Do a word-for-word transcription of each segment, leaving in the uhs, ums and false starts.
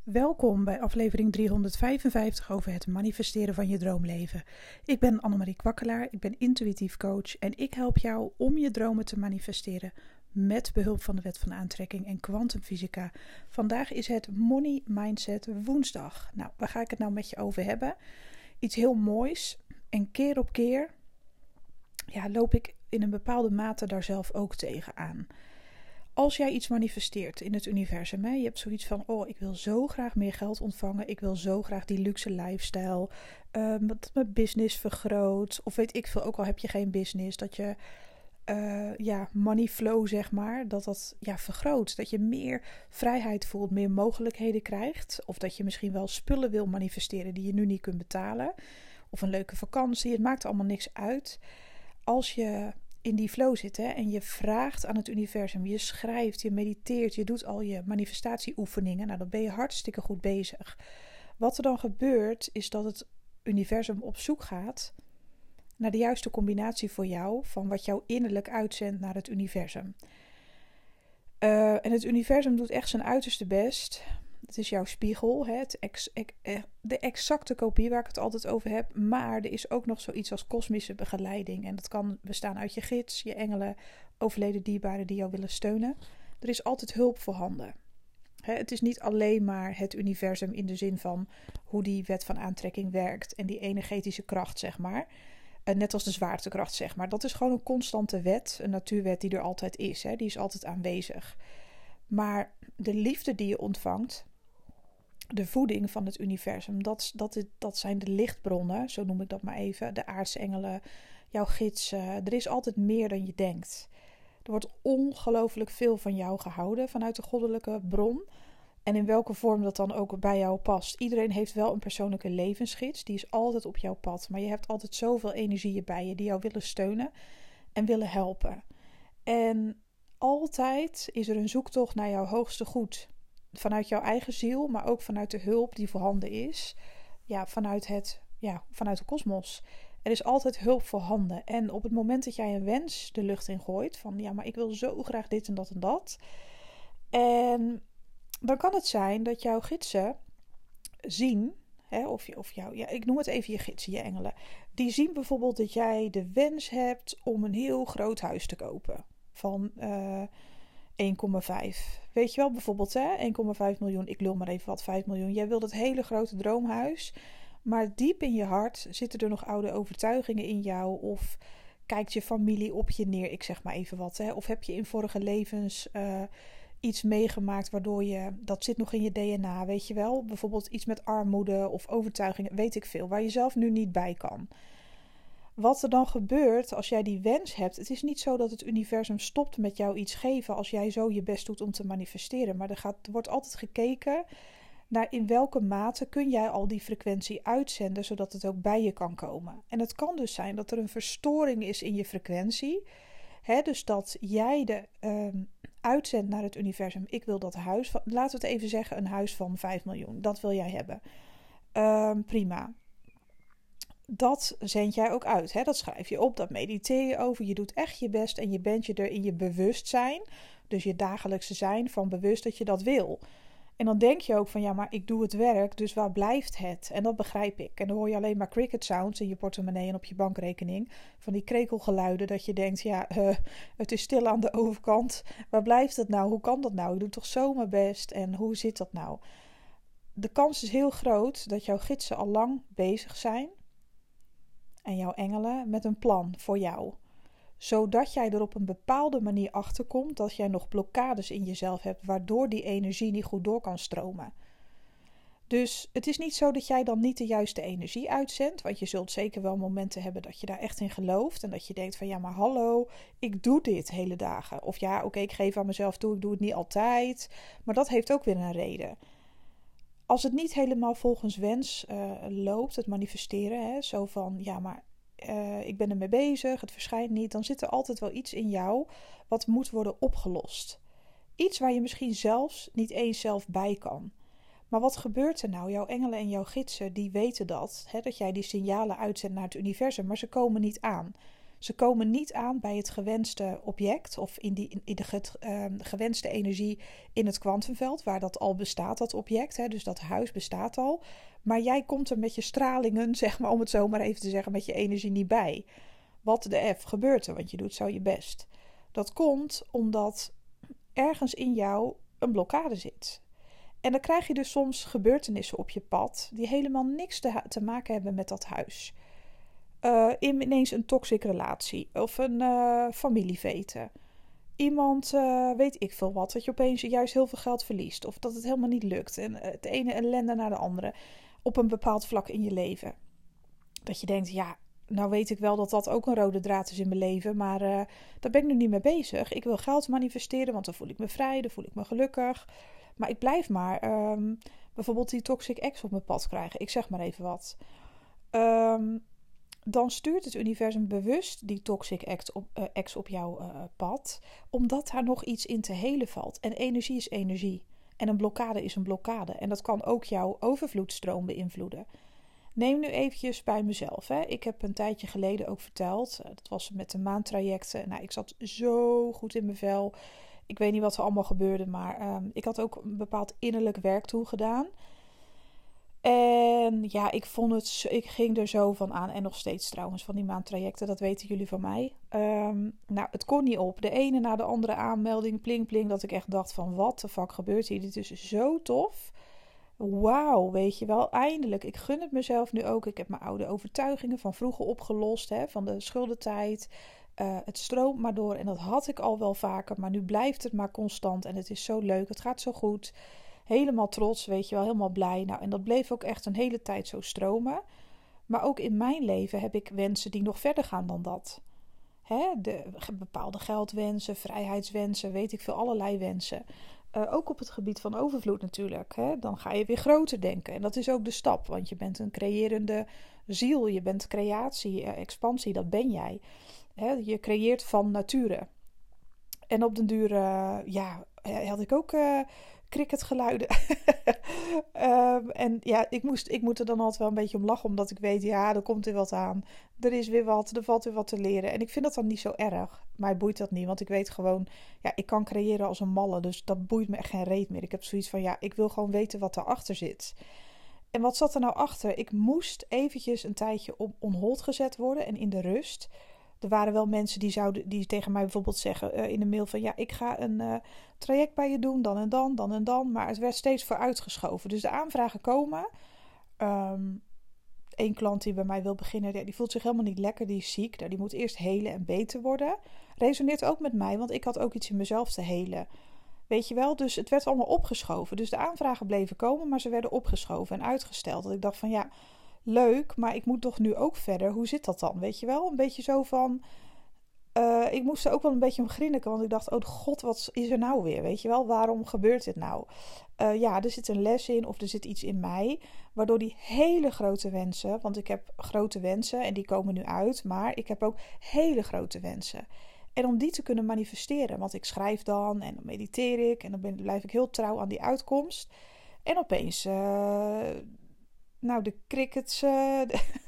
Welkom bij aflevering driehonderdvijfenvijftig over het manifesteren van je droomleven. Ik ben Annemarie Kwakkelaar, ik ben intuïtief coach en ik help jou om je dromen te manifesteren met behulp van de wet van aantrekking en kwantumfysica. Vandaag is het Money Mindset woensdag. Nou, waar ga ik het nou met je over hebben? Iets heel moois en keer op keer ja, loop ik in een bepaalde mate daar zelf ook tegenaan. Als jij iets manifesteert in het universum, hè, je hebt zoiets van, oh, ik wil zo graag meer geld ontvangen, ik wil zo graag die luxe lifestyle, uh, dat mijn business vergroot, of weet ik veel, ook al heb je geen business, dat je, uh, ja, money flow, zeg maar, dat dat, ja, vergroot, dat je meer vrijheid voelt, meer mogelijkheden krijgt, of dat je misschien wel spullen wil manifesteren die je nu niet kunt betalen, of een leuke vakantie, het maakt allemaal niks uit. Als je in die flow zit, hè, en je vraagt aan het universum, je schrijft, je mediteert, je doet al je manifestatieoefeningen, nou dan ben je hartstikke goed bezig. Wat er dan gebeurt, is dat het universum op zoek gaat naar de juiste combinatie voor jou, van wat jou innerlijk uitzendt naar het universum. Uh, en het universum doet echt zijn uiterste best. Het is jouw spiegel, hè, het ex, ex, de exacte kopie waar ik het altijd over heb. Maar er is ook nog zoiets als kosmische begeleiding. En dat kan bestaan uit je gids, je engelen, overleden dierbaren die jou willen steunen. Er is altijd hulp voorhanden. Hè, het is niet alleen maar het universum in de zin van hoe die wet van aantrekking werkt. En die energetische kracht, zeg maar. Uh, net als de zwaartekracht, zeg maar. Dat is gewoon een constante wet, een natuurwet die er altijd is. Hè, die is altijd aanwezig. Maar de liefde die je ontvangt, de voeding van het universum, dat, dat, dat zijn de lichtbronnen, zo noem ik dat maar even, de aartsengelen, jouw gidsen. Er is altijd meer dan je denkt. Er wordt ongelooflijk veel van jou gehouden vanuit de goddelijke bron. En in welke vorm dat dan ook bij jou past. Iedereen heeft wel een persoonlijke levensgids, die is altijd op jouw pad. Maar je hebt altijd zoveel energieën bij je die jou willen steunen en willen helpen. En altijd is er een zoektocht naar jouw hoogste goed. Vanuit jouw eigen ziel, maar ook vanuit de hulp die voorhanden is. Ja, vanuit het, ja, vanuit de kosmos. Er is altijd hulp voorhanden. En op het moment dat jij een wens de lucht in gooit, van ja, maar ik wil zo graag dit en dat en dat. En dan kan het zijn dat jouw gidsen zien, hè, of, je, of jou, ja, ik noem het even je gidsen, je engelen. Die zien bijvoorbeeld dat jij de wens hebt om een heel groot huis te kopen. Van uh, één komma vijf. Weet je wel, bijvoorbeeld hè, één komma vijf miljoen. Ik lul maar even wat, vijf miljoen. Jij wil dat hele grote droomhuis. Maar diep in je hart zitten er nog oude overtuigingen in jou. Of kijkt je familie op je neer. Ik zeg maar even wat. Hè. Of heb je in vorige levens uh, iets meegemaakt waardoor je, dat zit nog in je D N A, weet je wel. Bijvoorbeeld iets met armoede of overtuigingen, weet ik veel. Waar je zelf nu niet bij kan. Wat er dan gebeurt als jij die wens hebt, het is niet zo dat het universum stopt met jou iets geven als jij zo je best doet om te manifesteren. Maar er, gaat, er wordt altijd gekeken naar in welke mate kun jij al die frequentie uitzenden, zodat het ook bij je kan komen. En het kan dus zijn dat er een verstoring is in je frequentie. Hè, dus dat jij de um, uitzendt naar het universum. Ik wil dat huis, van, laten we het even zeggen, een huis van vijf miljoen. Dat wil jij hebben. Um, prima. Dat zend jij ook uit. Hè? Dat schrijf je op, dat mediteer je over. Je doet echt je best en je bent je er in je bewustzijn. Dus je dagelijkse zijn van bewust dat je dat wil. En dan denk je ook van ja, maar ik doe het werk, dus waar blijft het? En dat begrijp ik. En dan hoor je alleen maar cricket sounds in je portemonnee en op je bankrekening. Van die krekelgeluiden dat je denkt, ja, uh, het is stil aan de overkant. Waar blijft het nou? Hoe kan dat nou? Ik doe toch zo mijn best. En hoe zit dat nou? De kans is heel groot dat jouw gidsen al lang bezig zijn. En jouw engelen met een plan voor jou. Zodat jij er op een bepaalde manier achterkomt dat jij nog blokkades in jezelf hebt, waardoor die energie niet goed door kan stromen. Dus het is niet zo dat jij dan niet de juiste energie uitzendt, want je zult zeker wel momenten hebben dat je daar echt in gelooft en dat je denkt van ja, maar hallo, ik doe dit hele dagen. Of ja, oké, okay, ik geef aan mezelf toe, ik doe het niet altijd, maar dat heeft ook weer een reden. Als het niet helemaal volgens wens uh, loopt, het manifesteren, hè, zo van ja, maar uh, ik ben ermee bezig, het verschijnt niet, dan zit er altijd wel iets in jou wat moet worden opgelost. Iets waar je misschien zelfs niet eens zelf bij kan. Maar wat gebeurt er nou? Jouw engelen en jouw gidsen, die weten dat, hè, dat jij die signalen uitzendt naar het universum, maar ze komen niet aan. Ze komen niet aan bij het gewenste object of in, die, in de uh, gewenste energie in het kwantumveld, waar dat al bestaat, dat object. Hè, dus dat huis bestaat al. Maar jij komt er met je stralingen, zeg maar, om het zo maar even te zeggen, met je energie niet bij. Wat de F gebeurt er, want je doet zo je best. Dat komt omdat ergens in jou een blokkade zit. En dan krijg je dus soms gebeurtenissen op je pad die helemaal niks te, te maken hebben met dat huis. Uh, ineens een toxic relatie of een uh, familieveten. Iemand, uh, weet ik veel wat, dat je opeens juist heel veel geld verliest. Of dat het helemaal niet lukt. En het ene ellende naar de andere op een bepaald vlak in je leven. Dat je denkt, ja, nou weet ik wel dat dat ook een rode draad is in mijn leven. Maar uh, daar ben ik nu niet mee bezig. Ik wil geld manifesteren, want dan voel ik me vrij, dan voel ik me gelukkig. Maar ik blijf maar um, bijvoorbeeld die toxic ex op mijn pad krijgen. Ik zeg maar even wat. Um, dan stuurt het universum bewust die toxic ex op, uh, ex op jouw uh, pad. Omdat daar nog iets in te helen valt. En energie is energie. En een blokkade is een blokkade. En dat kan ook jouw overvloedstroom beïnvloeden. Neem nu eventjes bij mezelf. Hè. Ik heb een tijdje geleden ook verteld. Uh, dat was met de maantrajecten. Nou, ik zat zo goed in mijn vel. Ik weet niet wat er allemaal gebeurde, maar um, ik had ook een bepaald innerlijk werk toegedaan. En ja, ik vond het, ik ging er zo van aan. En nog steeds trouwens van die maandtrajecten, dat weten jullie van mij. Um, nou, het kon niet op. De ene na de andere aanmelding, pling pling, dat ik echt dacht van, wat de fuck gebeurt hier? Dit is zo tof. Wauw, weet je wel, eindelijk. Ik gun het mezelf nu ook. Ik heb mijn oude overtuigingen van vroeger opgelost, hè, van de schuldentijd. Uh, het stroomt maar door en dat had ik al wel vaker, maar nu blijft het maar constant en het is zo leuk, het gaat zo goed. Helemaal trots, weet je wel, helemaal blij. Nou, en dat bleef ook echt een hele tijd zo stromen. Maar ook in mijn leven heb ik wensen die nog verder gaan dan dat. Hè? De bepaalde geldwensen, vrijheidswensen, weet ik veel, allerlei wensen. Uh, ook op het gebied van overvloed natuurlijk. Hè? Dan ga je weer groter denken. En dat is ook de stap, want je bent een creërende ziel. Je bent creatie, uh, expansie, dat ben jij. Hè? Je creëert van nature. En op den duur, uh, ja, had ik ook uh, cricketgeluiden. um, en ja, ik, moest, ik moet er dan altijd wel een beetje om lachen, omdat ik weet, ja, er komt weer wat aan. Er is weer wat, er valt weer wat te leren. En ik vind dat dan niet zo erg. Mij boeit dat niet, want ik weet gewoon, ja, ik kan creëren als een malle. Dus dat boeit me echt geen reet meer. Ik heb zoiets van, ja, ik wil gewoon weten wat erachter zit. En wat zat er nou achter? Ik moest eventjes een tijdje op on hold gezet worden en in de rust. Er waren wel mensen die, zouden, die tegen mij bijvoorbeeld zeggen uh, in de mail van, ja, ik ga een uh, traject bij je doen, dan en dan, dan en dan. Maar het werd steeds vooruitgeschoven. Dus de aanvragen komen. Um, Eén klant die bij mij wil beginnen, die, die voelt zich helemaal niet lekker, die is ziek. Nou, die moet eerst helen en beter worden. Resoneert ook met mij, want ik had ook iets in mezelf te helen. Weet je wel, dus het werd allemaal opgeschoven. Dus de aanvragen bleven komen, maar ze werden opgeschoven en uitgesteld. Dat ik dacht van, ja, leuk, maar ik moet toch nu ook verder. Hoe zit dat dan? Weet je wel, een beetje zo van, Uh, ik moest er ook wel een beetje om grinniken, want ik dacht, oh god, wat is er nou weer? Weet je wel, waarom gebeurt dit nou? Uh, ja, er zit een les in of er zit iets in mij, waardoor die hele grote wensen, want ik heb grote wensen en die komen nu uit, maar ik heb ook hele grote wensen. En om die te kunnen manifesteren, want ik schrijf dan en dan mediteer ik en dan ben, blijf ik heel trouw aan die uitkomst. En opeens, uh, nou de crickets, uh,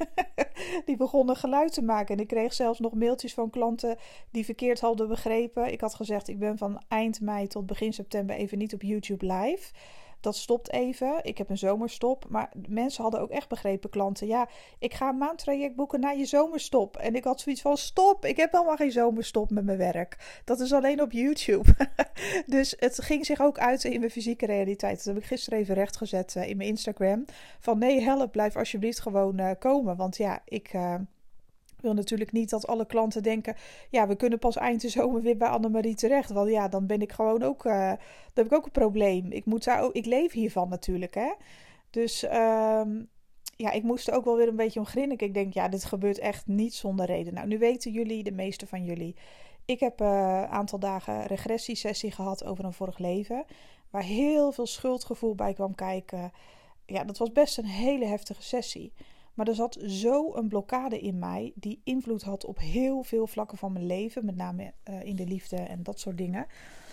die begonnen geluid te maken. En ik kreeg zelfs nog mailtjes van klanten die verkeerd hadden begrepen. Ik had gezegd, ik ben van eind mei tot begin september even niet op YouTube live. Dat stopt even. Ik heb een zomerstop. Maar mensen hadden ook echt begrepen, klanten. Ja, ik ga een maandtraject boeken na je zomerstop. En ik had zoiets van, stop. Ik heb helemaal geen zomerstop met mijn werk. Dat is alleen op YouTube. Dus het ging zich ook uit in mijn fysieke realiteit. Dat heb ik gisteren even rechtgezet uh, in mijn Instagram. Van nee, help, blijf alsjeblieft gewoon uh, komen. Want ja, ik... Uh, Ik wil natuurlijk niet dat alle klanten denken, ja, we kunnen pas eind de zomer weer bij Annemarie terecht. Want ja, dan ben ik gewoon ook, uh, dan heb ik ook een probleem. Ik moet daar ook, ik leef hiervan natuurlijk, hè. Dus um, ja, ik moest er ook wel weer een beetje om grinniken. Ik denk, ja, dit gebeurt echt niet zonder reden. Nou, nu weten jullie, de meeste van jullie. Ik heb een uh, aantal dagen regressiesessie gehad over een vorig leven, waar heel veel schuldgevoel bij kwam kijken. Ja, dat was best een hele heftige sessie. Maar er zat zo een blokkade in mij die invloed had op heel veel vlakken van mijn leven. Met name uh, in de liefde en dat soort dingen.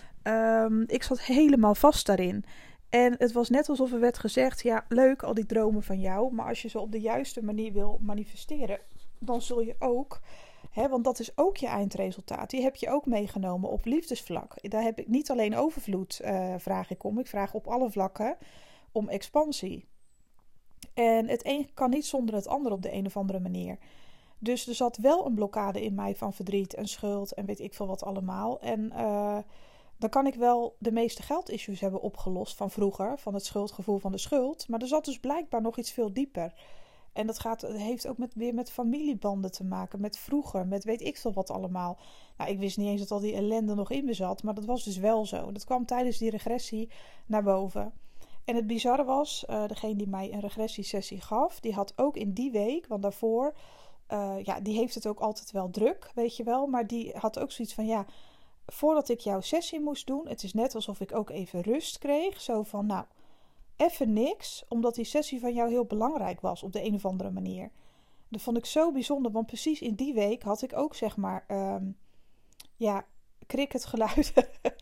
Um, ik zat helemaal vast daarin. En het was net alsof er werd gezegd, ja, leuk al die dromen van jou. Maar als je ze op de juiste manier wil manifesteren, dan zul je ook Hè, want dat is ook je eindresultaat. Die heb je ook meegenomen op liefdesvlak. Daar heb ik niet alleen overvloed, uh, vraag ik om. Ik vraag op alle vlakken om expansie. En het een kan niet zonder het ander op de een of andere manier. Dus er zat wel een blokkade in mij van verdriet en schuld en weet ik veel wat allemaal. En uh, dan kan ik wel de meeste geldissues hebben opgelost van vroeger, van het schuldgevoel van de schuld. Maar er zat dus blijkbaar nog iets veel dieper. En dat gaat, heeft ook met, weer met familiebanden te maken, met vroeger, met weet ik veel wat allemaal. Nou, ik wist niet eens dat al die ellende nog in me zat, maar dat was dus wel zo. Dat kwam tijdens die regressie naar boven. En het bizarre was, uh, degene die mij een regressiesessie gaf, die had ook in die week, want daarvoor, uh, ja, die heeft het ook altijd wel druk, weet je wel. Maar die had ook zoiets van, ja, voordat ik jouw sessie moest doen, het is net alsof ik ook even rust kreeg. Zo van, nou, even niks, omdat die sessie van jou heel belangrijk was op de een of andere manier. Dat vond ik zo bijzonder, want precies in die week had ik ook, zeg maar, um, ja, cricketgeluid.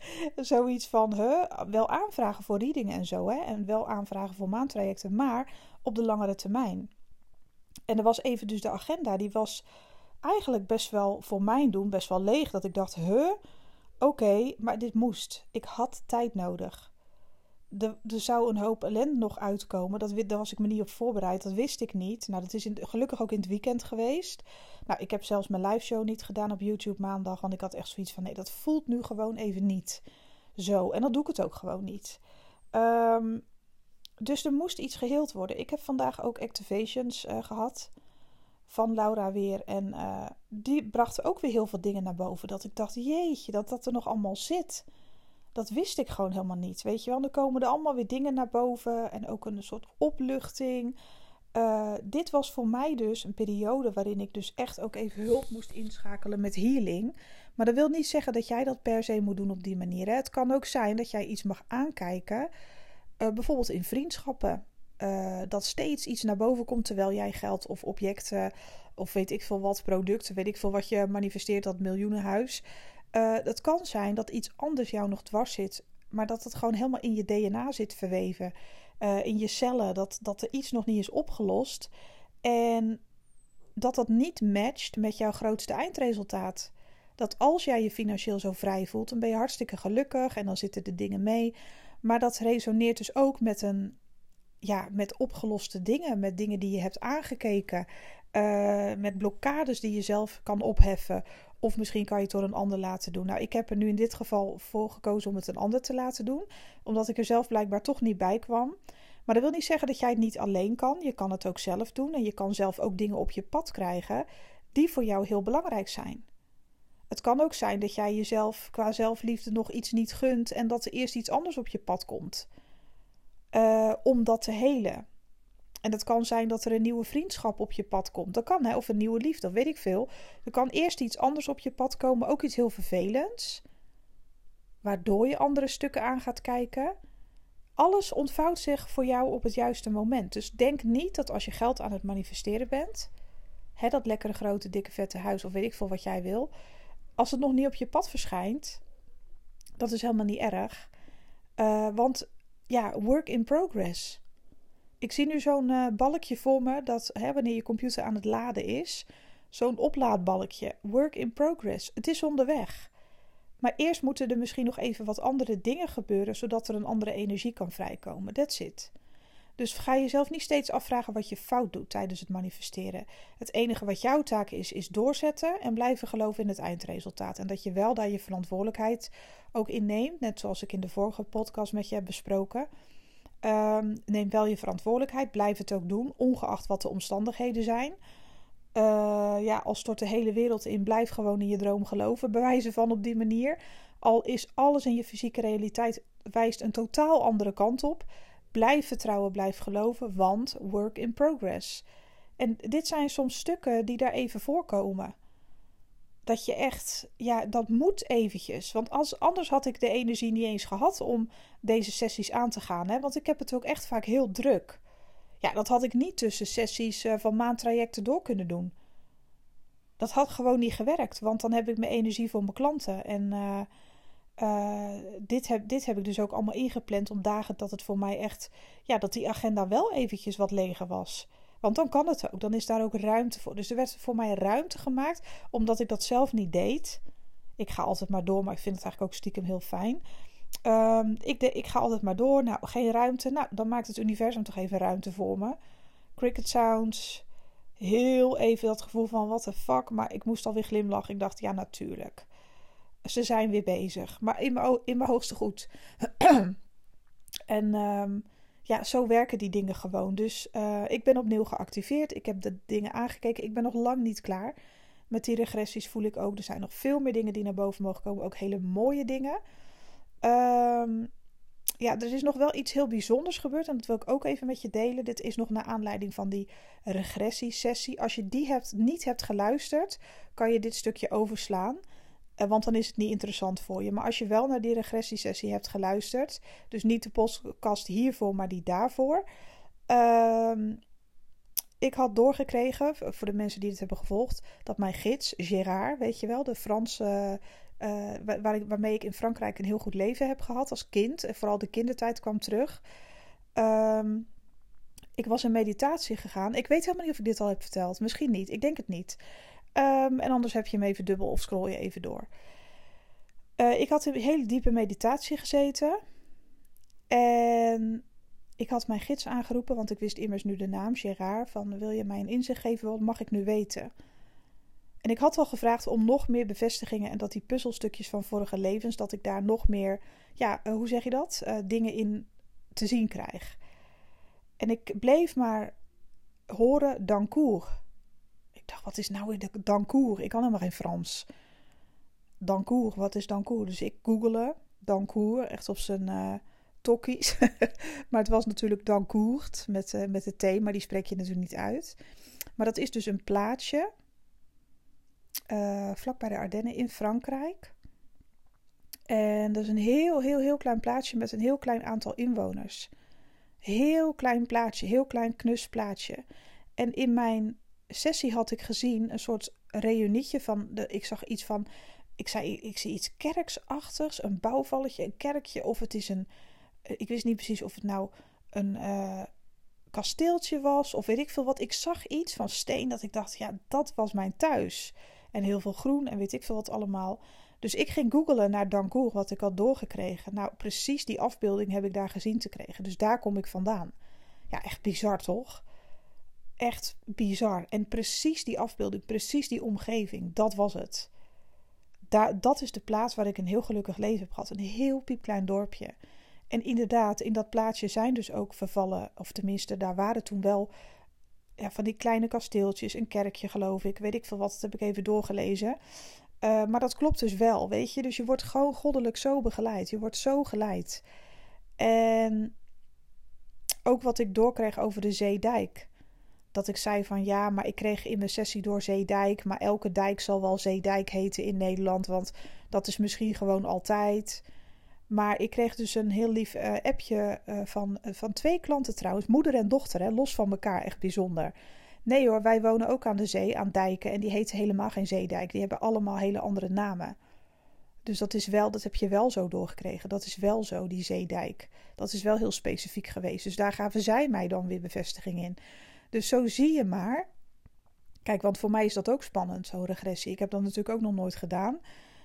Zoiets van, huh, wel aanvragen voor readingen en zo, hè. En wel aanvragen voor maandtrajecten, maar op de langere termijn. En er was even dus de agenda, die was eigenlijk best wel, voor mijn doen, best wel leeg. Dat ik dacht, huh, oké, okay, maar dit moest. Ik had tijd nodig. Er, er zou een hoop ellende nog uitkomen. Dat, daar was ik me niet op voorbereid. Dat wist ik niet. Nou, dat is in, gelukkig ook in het weekend geweest. Nou, ik heb zelfs mijn live show niet gedaan op YouTube maandag. Want ik had echt zoiets van, nee, dat voelt nu gewoon even niet zo. En dan doe ik het ook gewoon niet. Um, dus er moest iets geheeld worden. Ik heb vandaag ook activations uh, gehad. Van Laura weer. En uh, die brachten ook weer heel veel dingen naar boven. Dat ik dacht, jeetje, dat dat er nog allemaal zit. Dat wist ik gewoon helemaal niet. Weet je wel, er komen er allemaal weer dingen naar boven. En ook een soort opluchting. Uh, dit was voor mij dus een periode waarin ik dus echt ook even hulp moest inschakelen met healing. Maar dat wil niet zeggen dat jij dat per se moet doen op die manier. Hè. Het kan ook zijn dat jij iets mag aankijken. Uh, bijvoorbeeld in vriendschappen. Uh, dat steeds iets naar boven komt terwijl jij geld of objecten of weet ik veel wat, producten, weet ik veel wat je manifesteert, dat miljoenenhuis. Uh, het kan zijn dat iets anders jou nog dwars zit, maar dat het gewoon helemaal in je D N A zit verweven. Uh, in je cellen, dat, dat er iets nog niet is opgelost. En dat dat niet matcht met jouw grootste eindresultaat. Dat als jij je financieel zo vrij voelt, dan ben je hartstikke gelukkig en dan zitten de dingen mee. Maar dat resoneert dus ook met een, ja, met opgeloste dingen, met dingen die je hebt aangekeken, uh, met blokkades die je zelf kan opheffen. Of misschien kan je het door een ander laten doen. Nou, ik heb er nu in dit geval voor gekozen om het een ander te laten doen. Omdat ik er zelf blijkbaar toch niet bij kwam. Maar dat wil niet zeggen dat jij het niet alleen kan. Je kan het ook zelf doen. En je kan zelf ook dingen op je pad krijgen die voor jou heel belangrijk zijn. Het kan ook zijn dat jij jezelf qua zelfliefde nog iets niet gunt. En dat er eerst iets anders op je pad komt. Uh, om dat te helen. En dat kan zijn dat er een nieuwe vriendschap op je pad komt. Dat kan, hè? Of een nieuwe liefde, dat weet ik veel. Er kan eerst iets anders op je pad komen, ook iets heel vervelends. Waardoor je andere stukken aan gaat kijken. Alles ontvouwt zich voor jou op het juiste moment. Dus denk niet dat als je geld aan het manifesteren bent, hè, dat lekkere grote dikke vette huis of weet ik veel wat jij wil, als het nog niet op je pad verschijnt, dat is helemaal niet erg. Uh, want ja, work in progress. Ik zie nu zo'n uh, balkje voor me, dat hè, wanneer je computer aan het laden is, zo'n oplaadbalkje, work in progress. Het is onderweg. Maar eerst moeten er misschien nog even wat andere dingen gebeuren, zodat er een andere energie kan vrijkomen. That's it. Dus ga jezelf niet steeds afvragen wat je fout doet tijdens het manifesteren. Het enige wat jouw taak is, is doorzetten en blijven geloven in het eindresultaat. En dat je wel daar je verantwoordelijkheid ook in neemt, net zoals ik in de vorige podcast met je heb besproken. Um, neem wel je verantwoordelijkheid, blijf het ook doen, ongeacht wat de omstandigheden zijn. Uh, ja, al stort de hele wereld in, blijf gewoon in je droom geloven, bewijzen van op die manier. Al is alles in je fysieke realiteit, wijst een totaal andere kant op. Blijf vertrouwen, blijf geloven, want work in progress. En dit zijn soms stukken die daar even voorkomen. Dat je echt, ja, dat moet eventjes. Want als, anders had ik de energie niet eens gehad om deze sessies aan te gaan. Hè? Want ik heb het ook echt vaak heel druk. Ja, dat had ik niet tussen sessies uh, van maandtrajecten door kunnen doen. Dat had gewoon niet gewerkt. Want dan heb ik mijn energie voor mijn klanten. En uh, uh, dit, heb, dit heb ik dus ook allemaal ingepland op dagen dat het voor mij echt, ja, dat die agenda wel eventjes wat leger was. Want dan kan het ook. Dan is daar ook ruimte voor. Dus er werd voor mij ruimte gemaakt, omdat ik dat zelf niet deed. Ik ga altijd maar door, maar ik vind het eigenlijk ook stiekem heel fijn. Um, ik, de, ik ga altijd maar door. Nou, geen ruimte. Nou, dan maakt het universum toch even ruimte voor me. Cricket sounds. Heel even dat gevoel van what the fuck. Maar ik moest alweer glimlachen. Ik dacht, ja, natuurlijk. Ze zijn weer bezig. Maar in mijn, in mijn hoogste goed. En um, ja, zo werken die dingen gewoon. Dus uh, ik ben opnieuw geactiveerd. Ik heb de dingen aangekeken. Ik ben nog lang niet klaar. Met die regressies voel ik ook. Er zijn nog veel meer dingen die naar boven mogen komen. Ook hele mooie dingen. Um, ja, er is nog wel iets heel bijzonders gebeurd. En dat wil ik ook even met je delen. Dit is nog naar aanleiding van die regressiesessie. Als je die hebt, niet hebt geluisterd, kan je dit stukje overslaan. Want dan is het niet interessant voor je. Maar als je wel naar die regressiesessie hebt geluisterd. Dus niet de podcast hiervoor, maar die daarvoor. Um, ik had doorgekregen, voor de mensen die het hebben gevolgd, dat mijn gids, Gérard, weet je wel, de Franse, uh, waar ik, waarmee ik in Frankrijk een heel goed leven heb gehad als kind. En vooral de kindertijd kwam terug. Um, ik was in meditatie gegaan. Ik weet helemaal niet of ik dit al heb verteld. Misschien niet. Ik denk het niet. Um, en anders heb je hem even dubbel of scroll je even door. Uh, ik had in een hele diepe meditatie gezeten. En ik had mijn gids aangeroepen, want ik wist immers nu de naam, Gérard, van wil je mij een inzicht geven, wat mag ik nu weten? En ik had al gevraagd om nog meer bevestigingen en dat die puzzelstukjes van vorige levens, dat ik daar nog meer, ja, uh, hoe zeg je dat, uh, dingen in te zien krijg. En ik bleef maar horen Dancourt. Ik dacht, wat is nou weer Dancourt? Ik kan helemaal geen Frans. Dancourt, wat is Dancourt? Dus ik googelde Dancourt, echt op zijn uh, tokkies. Maar het was natuurlijk Dancourt met, uh, met de T, maar die spreek je natuurlijk niet uit. Maar dat is dus een plaatsje uh, vlak bij de Ardennen in Frankrijk. En dat is een heel, heel, heel klein plaatsje met een heel klein aantal inwoners. Heel klein plaatsje, heel klein knus plaatsje. En in mijn sessie had ik gezien een soort reunietje van, de, ik zag iets van, ik zei, ik zie iets kerksachtigs, een bouwvalletje, een kerkje, of het is een, ik wist niet precies of het nou een uh, kasteeltje was, of weet ik veel wat. Ik zag iets van steen dat ik dacht, ja, dat was mijn thuis. En heel veel groen en weet ik veel wat allemaal. Dus ik ging googlen naar Dancourt, wat ik had doorgekregen. Nou, precies die afbeelding heb ik daar gezien te krijgen. Dus daar kom ik vandaan. Ja, echt bizar toch? Echt bizar. En precies die afbeelding, precies die omgeving, dat was het. Daar, dat is de plaats waar ik een heel gelukkig leven heb gehad. Een heel piepklein dorpje. En inderdaad, in dat plaatsje zijn dus ook vervallen, of tenminste, daar waren toen wel ja, van die kleine kasteeltjes, een kerkje geloof ik, weet ik veel wat, dat heb ik even doorgelezen. Uh, maar dat klopt dus wel, weet je. Dus je wordt gewoon goddelijk zo begeleid. Je wordt zo geleid. En ook wat ik doorkreeg over de Zeedijk. Dat ik zei van ja, maar ik kreeg in mijn sessie door Zeedijk. Maar elke dijk zal wel Zeedijk heten in Nederland. Want dat is misschien gewoon altijd. Maar ik kreeg dus een heel lief uh, appje uh, van, uh, van twee klanten trouwens. Moeder en dochter, hè, los van elkaar. Echt bijzonder. Nee hoor, wij wonen ook aan de zee, aan dijken. En die heten helemaal geen zeedijk. Die hebben allemaal hele andere namen. Dus dat is wel, dat heb je wel zo doorgekregen. Dat is wel zo, die zeedijk. Dat is wel heel specifiek geweest. Dus daar gaven zij mij dan weer bevestiging in. Dus zo zie je maar. Kijk, want voor mij is dat ook spannend, zo'n regressie. Ik heb dat natuurlijk ook nog nooit gedaan.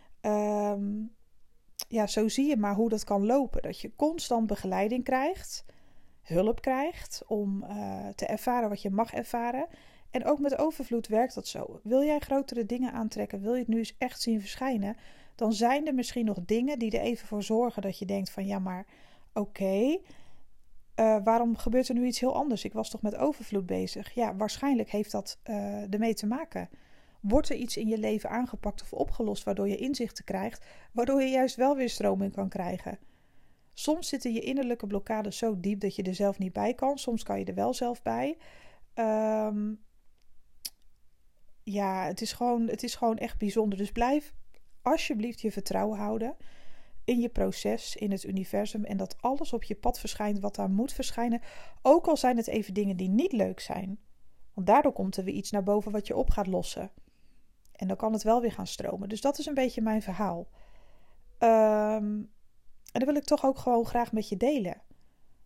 Um, ja, zo zie je maar hoe dat kan lopen. Dat je constant begeleiding krijgt, hulp krijgt om uh, te ervaren wat je mag ervaren. En ook met overvloed werkt dat zo. Wil jij grotere dingen aantrekken, wil je het nu eens echt zien verschijnen, dan zijn er misschien nog dingen die er even voor zorgen dat je denkt van ja, maar oké, okay, uh, waarom gebeurt er nu iets heel anders? Ik was toch met overvloed bezig? Ja, waarschijnlijk heeft dat uh, ermee te maken. Wordt er iets in je leven aangepakt of opgelost waardoor je inzichten krijgt, waardoor je juist wel weer stroming kan krijgen? Soms zitten je innerlijke blokkades zo diep dat je er zelf niet bij kan. Soms kan je er wel zelf bij. Um, ja, het is, gewoon, het is gewoon echt bijzonder. Dus blijf alsjeblieft je vertrouwen houden in je proces, in het universum. En dat alles op je pad verschijnt wat daar moet verschijnen. Ook al zijn het even dingen die niet leuk zijn. Want daardoor komt er weer iets naar boven wat je op gaat lossen. En dan kan het wel weer gaan stromen. Dus dat is een beetje mijn verhaal. Um, en dat wil ik toch ook gewoon graag met je delen.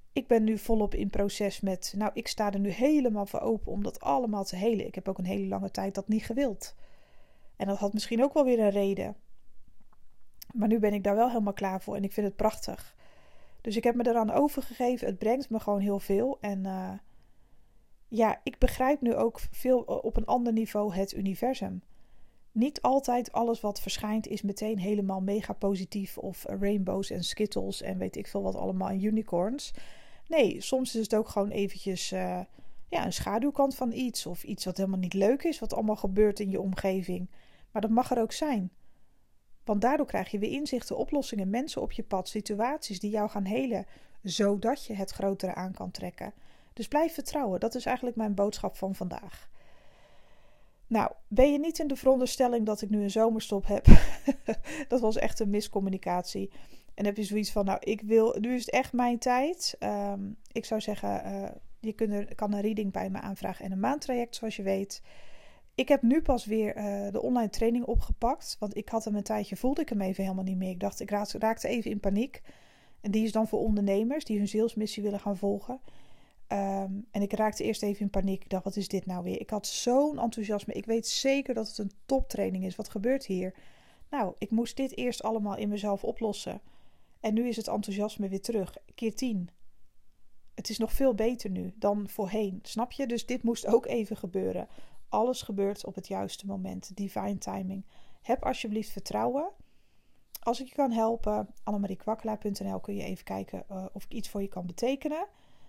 ik ben nu volop in proces met, nou, ik sta er nu helemaal voor open om dat allemaal te helen. Ik heb ook een hele lange tijd dat niet gewild. En dat had misschien ook wel weer een reden. Maar nu ben ik daar wel helemaal klaar voor en ik vind het prachtig. Dus ik heb me eraan overgegeven. Het brengt me gewoon heel veel. En uh, ja, ik begrijp nu ook veel op een ander niveau het universum. Niet altijd alles wat verschijnt is meteen helemaal mega positief. Of rainbows en skittles en weet ik veel wat allemaal en unicorns. Nee, soms is het ook gewoon eventjes uh, ja, een schaduwkant van iets. Of iets wat helemaal niet leuk is. Wat allemaal gebeurt in je omgeving. Maar dat mag er ook zijn. Want daardoor krijg je weer inzichten, oplossingen, mensen op je pad, situaties die jou gaan helen, zodat je het grotere aan kan trekken. Dus blijf vertrouwen, dat is eigenlijk mijn boodschap van vandaag. Nou, ben je niet in de veronderstelling dat ik nu een zomerstop heb? Dat was echt een miscommunicatie. En heb je zoiets van, nou, ik wil, nu is het echt mijn tijd. Um, ik zou zeggen, uh, je kunt er, kan een reading bij me aanvragen en een maandtraject, zoals je weet. Ik heb nu pas weer uh, de online training opgepakt. Want ik had hem een tijdje, voelde ik hem even helemaal niet meer. Ik dacht, ik raakte, raakte even in paniek. En die is dan voor ondernemers die hun zielsmissie willen gaan volgen. Um, en ik raakte eerst even in paniek. Ik dacht, wat is dit nou weer? Ik had zo'n enthousiasme. Ik weet zeker dat het een toptraining is. Wat gebeurt hier? Nou, ik moest dit eerst allemaal in mezelf oplossen. En nu is het enthousiasme weer terug. Keer tien. Het is nog veel beter nu dan voorheen. Snap je? Dus dit moest ook even gebeuren. Alles gebeurt op het juiste moment. Divine timing. Heb alsjeblieft vertrouwen. Als ik je kan helpen, annemariekwakkelaar punt n l kun je even kijken uh, of ik iets voor je kan betekenen.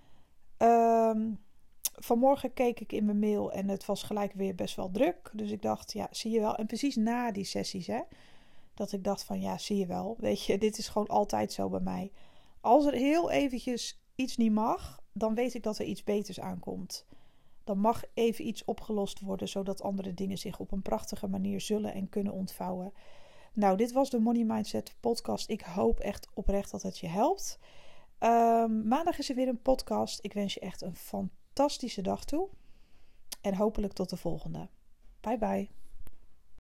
Um, vanmorgen keek ik in mijn mail en het was gelijk weer best wel druk. Dus ik dacht, ja, zie je wel. En precies na die sessies, hè. Dat ik dacht van, ja, zie je wel. Weet je, dit is gewoon altijd zo bij mij. Als er heel eventjes iets niet mag, dan weet ik dat er iets beters aankomt. Dan mag even iets opgelost worden, zodat andere dingen zich op een prachtige manier zullen en kunnen ontvouwen. Nou, dit was de Money Mindset podcast. Ik hoop echt oprecht dat het je helpt. Um, maandag is er weer een podcast. Ik wens je echt een fantastische dag toe. En hopelijk tot de volgende. Bye bye.